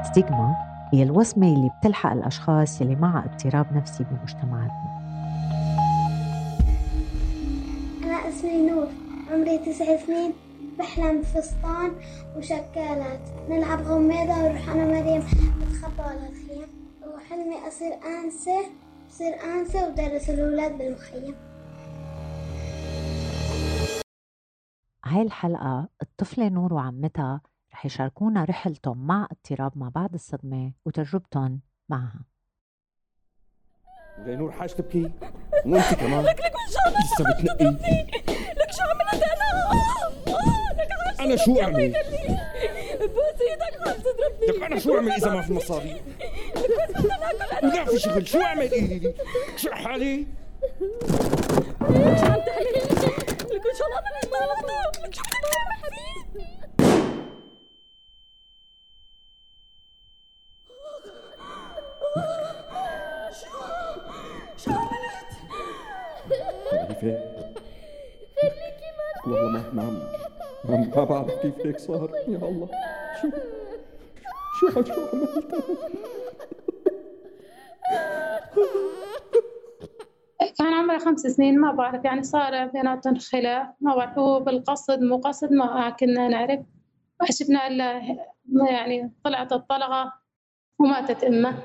ستيغما هي الوصمة اللي بتلحق الأشخاص اللي معها اضطراب نفسي بمجتمعاتنا. أنا اسمي نور، عمري 9 سنين، بحلم بفستان وشكالات، نلعب غميضة ونروح أنا مريم نتخبى على الخيام، وحلمي أصير أنسة ودرس الأولاد بالمخيم. هاي الحلقة الطفلة نور وعمتها رح يشاركونا رحلتهم مع اضطراب ما بعد الصدمة وتجربتهم معها. وليه نور حاج تبكي؟ وانت كمان لك شو عملت؟ لسه بتنقي؟ لك شو عملت انا شو اعمل؟ بوس ايدك عم تضربني. لك انا شو اعمل اذا ما في مصاري؟ ولا في شغل، شو اعمل ايدي؟ شو حالي؟ شو عم تحكي؟ لك شو عملت؟ لك شو عم حبيبي؟ شو عملت؟ فين والله ما بعرف كيف هيك صار. يا الله شو عملت؟ كان عمري 5 سنين، ما بعرف يعني صار بيناتهم خلاف، ما بعرف هو بالقصد مو قصد، ما كنا نعرف. ما شفنا إلا يعني طلعت الطلقة وماتت أمه.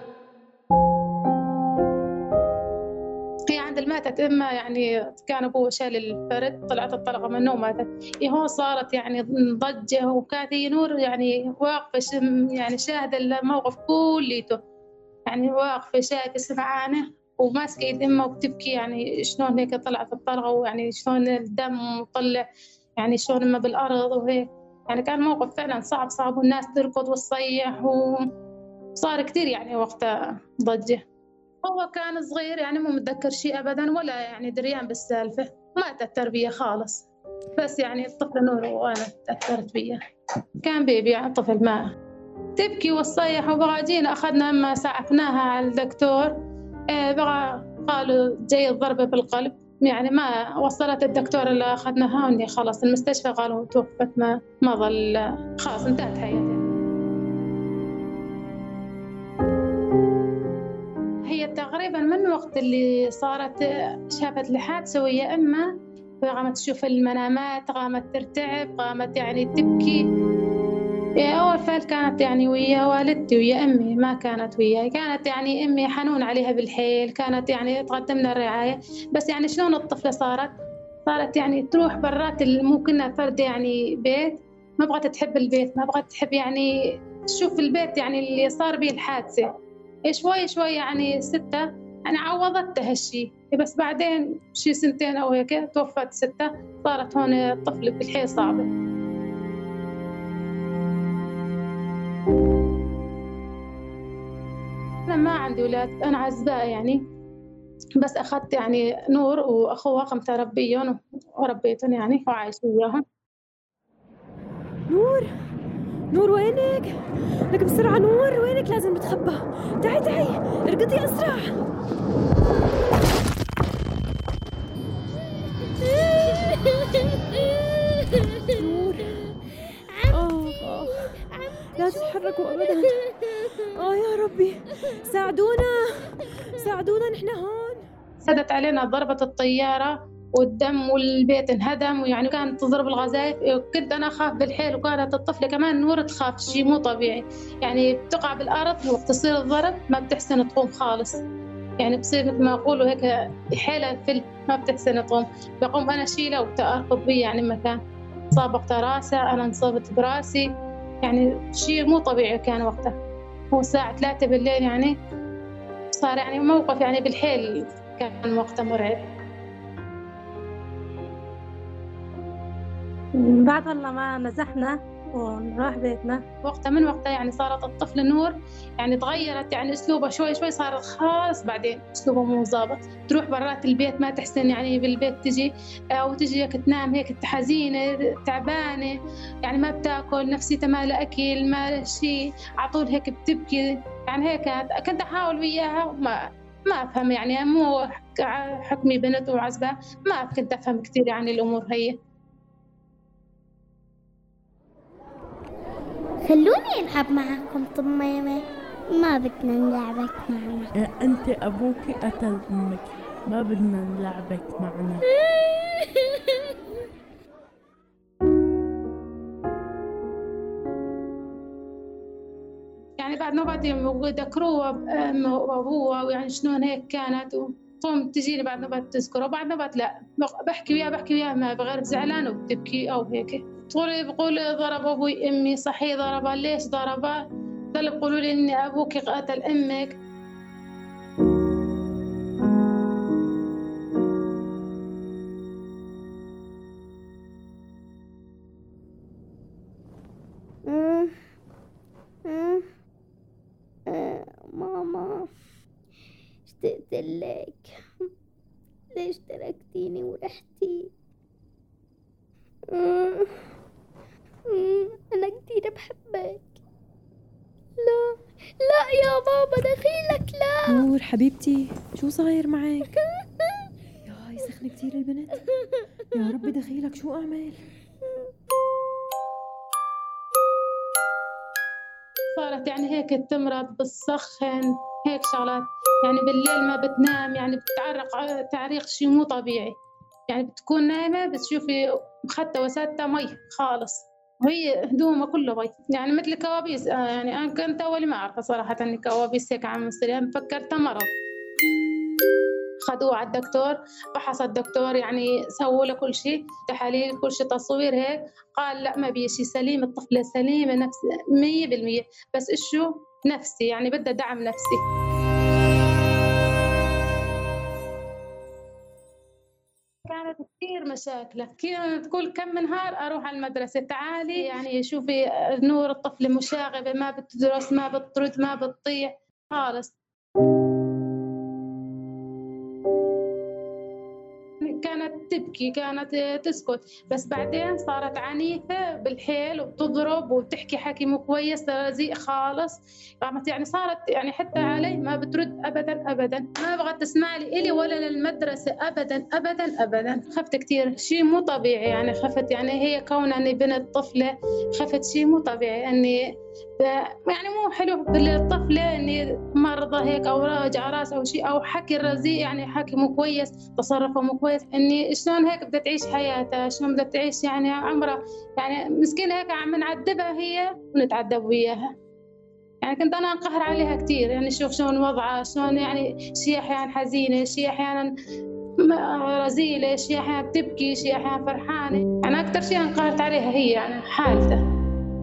هي عند الماتت أمه يعني كان أبوه شال الفرد، طلعت الطلقة منه وماتت. هون صارت يعني ضجة، وكانت هي نور يعني واقفة يعني شاهدة الموقف كليته، يعني واقفة شايفة سمعانة وماسكة يد أمه وبتبكي، يعني شلون هيك طلعت الطلقة، ويعني شلون الدم مطلع، يعني شلون أمه بالأرض وهيك. يعني كان موقف فعلا صعب، والناس تركض وتصيح، وصار كتير يعني وقتها ضجة. هو كان صغير يعني مو متذكر شيء أبدا، ولا يعني دريان بالسالفة، ما تأثر بيا خالص. بس يعني الطفل نور وأنا تأثرت بيا، كان بيبي يعني طفل ما تبكي وتصيح. وبقى جينا أخذنا أما سعفناها على الدكتور، بقى قالوا جاي الضربة بالقلب، يعني ما وصلت الدكتور اللي أخذناها وني خلاص المستشفى قالوا توفت، ما ظل، خلاص انتهت حياتها. هي تقريبا من وقت اللي صارت شافت الحادثة ويا أمها، قامت تشوف المنامات، قامت ترتعب، قامت يعني تبكي. أول فعل كانت يعني ويا والدتي ويا أمي، ما كانت وياي. كانت يعني أمي حنون عليها بالحيل، كانت يعني تقدم لنا الرعاية. بس يعني شلون الطفلة صارت يعني تروح برات، مو كنا فرد يعني بيت، ما بغت تحب البيت، ما بغت تحب يعني تشوف البيت يعني اللي صار به الحادثة. شوي يعني 6 يعني عوضتها هالشي، بس بعدين شي 2 أو هيك توفت 6. صارت هون الطفلة بالحيل صعبة. أنا ما عندي أولاد، أنا عزباء يعني، بس أخذت يعني نور وأخوها قمت أربيهم وربيتهم يعني وعايش وياهم. نور وينك؟ لك بسرعة نور، وينك؟ لازم نتخبى. تعي ارقدي أسرع. نور لا تتحركوا أبدا. يا ربي ساعدونا نحن هون. سدت علينا ضربة الطيارة والدم والبيت انهدم، ويعني كانت تضرب الغزايف، كنت أنا أخاف بالحيل، وكانت الطفلة كمان نور تخاف، شيء مو طبيعي. يعني بتقع بالأرض وقت تصير الضرب ما بتحسن تقوم خالص، يعني بصير مثل ما يقولوا هيك حيلة ما بتحسن تقوم. بقوم أنا شيلة وأركض بي يعني مكان، صابقت راسها، أنا انصبت براسي، يعني شيء مو طبيعي كان وقتها. هو الساعة 3 بالليل يعني صار يعني موقف يعني بالحيل، كان وقتها مرعب. بعد والله ما نزحنا ونروح بيتنا، من وقتها يعني صارت الطفلة نور يعني تغيرت، يعني أسلوبها شوي صارت خاص، بعدين أسلوبها مو ظابط، تروح برات البيت ما تحسن يعني بالبيت تجي، أو تجي هيك تنام هيك حزينة تعبانة، يعني ما بتاكل، نفسيتها ما لها أكل ما شيء، عطول هيك بتبكي. يعني هيك كنت أحاول وياها ما أفهم، يعني مو حكمي بنت وعزبة، ما كنت أفهم كثير يعني الأمور هي. خلوني ألعب معكم طميمة. ما بدنا نلعبك معنا. أنت أبوك قتل أمك، ما بدنا نلعبك معنا. يعني بعد ما بعدين ذكروها وأبوها ويعني شلون هيك كانت، وتقوم تجيني بعد نوبات تذكره، وبعد نوبات لا بحكي وياها ما بغير زعلانة وبتبكي أو هيك. بقول ضرب أبوي أمي، صحيح ضربها، ليش ضربها؟ ضل بقولوا لي إن أبوك قتل أمك. ماما اشتقت لك، ليش تركتيني ورحتي؟ أنا كتير بحبك. لا لا يا بابا دخيلك لا. نور حبيبتي شو صاير معك؟ يا يسخن كتير البنت. يا ربي دخيلك شو أعمل؟ صارت يعني هيك تمرض بالسخن هيك شغلات، يعني بالليل ما بتنام، يعني بتعرق تعريق شيء مو طبيعي، يعني بتكون نايمة بتشوفي مخدة وسادة مي خالص، وهي هدومها كله مي، يعني مثل كوابيس. يعني أنا كنت أولي ما أعرف صراحة أني كوابيس هيك عم يصير، يعني فكرتها مرض. خدوه على الدكتور، فحص الدكتور، يعني سووا له كل شيء، تحاليل كل شيء، تصوير هيك، قال لا ما بي شيء، سليم، الطفلة سليمة نفس 100%، بس إيشو نفسي، يعني بدها دعم نفسي. كانت كثير مشاكل، كانت تقول كم من نهار أروح على المدرسة، تعالي يعني شوفي نور الطفلة مشاغبة، ما بتدرس، ما بتطرد، ما بتطيع خالص. كانت تبكي، كانت تسكت، بس بعدين صارت عنيفة بالحيل وبتضرب وبتحكي حكي مو كويس، رزيق خالص، يعني صارت يعني حتى علي ما بترد أبدا أبدا، ما بغت تسمع لي إلي ولا للمدرسة أبدا أبدا أبدا. خفت كتير، شيء مو طبيعي، يعني خفت، يعني هي كونها أني بنت طفلة، خفت شيء مو طبيعي، أني يعني مو حلو بالطفلة إني مرضى هيك أو راجع راس أو شيء أو حكي رزيق، يعني حكي مو كويس، تصرفه مو كويس، إني شلون هيك بدها تعيش حياتها، شلون بدها تعيش يعني عمرها، يعني مسكينة هيك عم نعذبها هي ونتعذب وياها. يعني كنت أنا أنقهر عليها كتير، يعني شوف شلون وضعها، شلون يعني شيء أحيانا حزينة، شيء أحيانا رزيلة، شيء أحيانا بتبكي، شيء أحيانا فرحانة، يعني أكتر شيء انقهرت عليها هي يعني حالتها.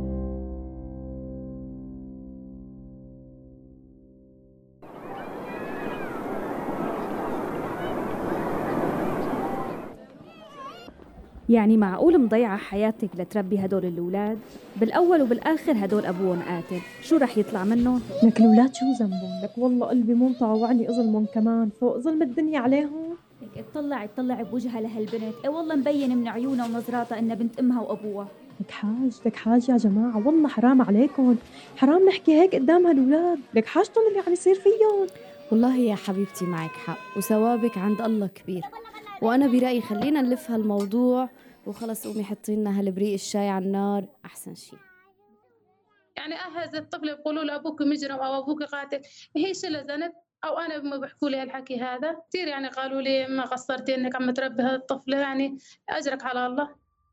يعني معقول مضيعة حياتك لتربي هدول الأولاد؟ بالأول وبالآخر هدول أبوهم قاتل، شو رح يطلع منهم؟ لك الأولاد شو ذنبهم؟ لك والله قلبي مو مطاوعني أظلمهم كمان فوق ظلم الدنيا عليهم. لك اطلع بوجهها لهالبنت، اي والله مبين من عيونها ونظراتها إنها بنت أمها وأبوها. لك حاج يا جماعة، والله حرام عليكم، حرام نحكي هيك قدام هالولاد، لك حاجتهم اللي عم يصير فيهم. والله يا حبيبتي معك حق، وثوابك عند الله كبير، وأنا برأيي خلينا نلف هالموضوع وخلص، قومي حطي لنا هالبريق الشاي على النار أحسن شيء. يعني أهز الطفل بيقولوا له أبوك مجرم أو أبوك قاتل، هي شو ذنب؟ أو أنا ما بحكوا لي هالحكي هذا كثير، يعني قالوا لي ما قصرتي إنك عم تربي هذه الطفلة، يعني أجرك على الله.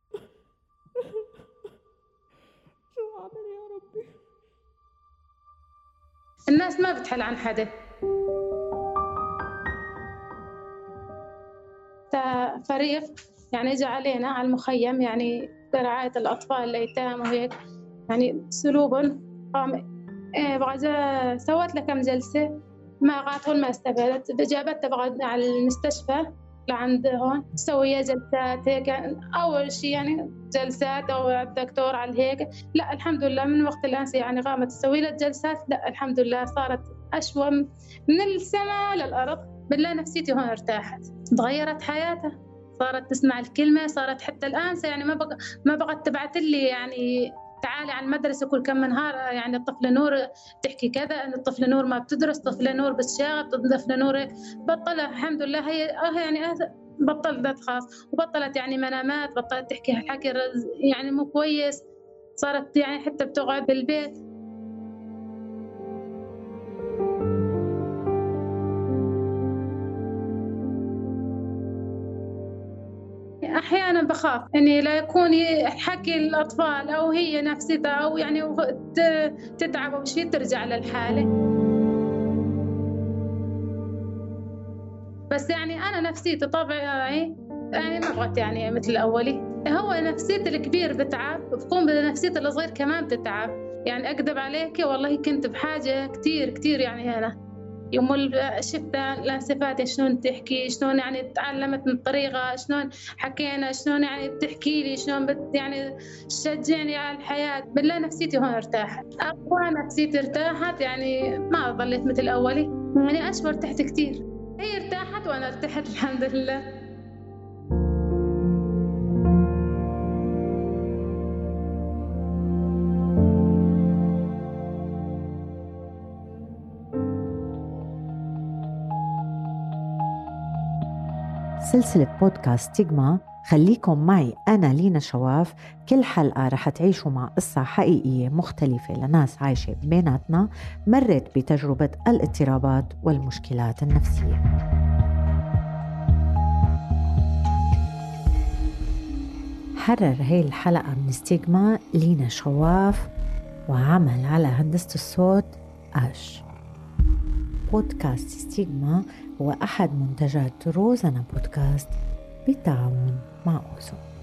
شو عمل يا ربي؟ الناس ما بتحل عن حدا. فريق يعني اجى علينا على المخيم، يعني برعاية الأطفال الأيتام وهيك، يعني سلوبهم قام بغى سوت له كم جلسة، ما قعدتهم ما استفادت، جابتها بغى على المستشفى لعند هون تسوي جلسات هيك، يعني أول شيء يعني جلسات أو الدكتور على هيك، لا الحمد لله من وقت الأنس يعني قامت تسوي له جلسات، لا الحمد لله صارت أشوى من السماء للأرض، بالله نفسيتي هون ارتاحت، تغيرت حياتها، صارت تسمع الكلمة، صارت حتى الآن يعني ما بقت تبعت لي يعني تعالي على المدرسة كل كم نهار، يعني الطفلة نور تحكي كذا، إن الطفلة نور ما بتدرس، طفلة نور بتشاغب، طفلة نور هيك، بطلت الحمد لله هي يعني بطلت خاص، وبطلت يعني منامات، بطلت تحكي حكي يعني مو كويس، صارت يعني حتى بتقعد بالبيت. أحياناً بخاف إني لا يكون حكي الأطفال أو هي نفسيتها أو يعني تتعب أو شيء ترجع للحالة. بس يعني أنا نفسيتي طبيعي يعني ما بغت يعني مثل الأولي. هو نفسية الكبير بتعب، بكون بنفسية الصغير كمان بتتعب. يعني أكذب عليك والله كنت بحاجة كتير كتير يعني أنا يوم شفت لانسفاتي شلون تحكي، شلون يعني تعلمت من الطريقة، شلون حكينا، شلون يعني بتحكي لي، شلون يعني تشجعني على الحياة. بالله نفسيتي هون ارتاحت، أقوى نفسيتي ارتاحت، يعني ما ظليت مثل أولي. يعني أشبر ارتحت كتير، هي ارتاحت وأنا ارتحت الحمد لله. سلسلة بودكاست ستيغما خليكم معي أنا لينا شواف. كل حلقة رح تعيشوا مع قصة حقيقية مختلفة لناس عايشة بيناتنا مرت بتجربة الاضطرابات والمشكلات النفسية. حرر هاي الحلقة من ستيغما لينا شواف، وعمل على هندسة الصوت آش. بودكاست ستيغما هو أحد منتجات روزانا بودكاست بالتعاون مع أوزو.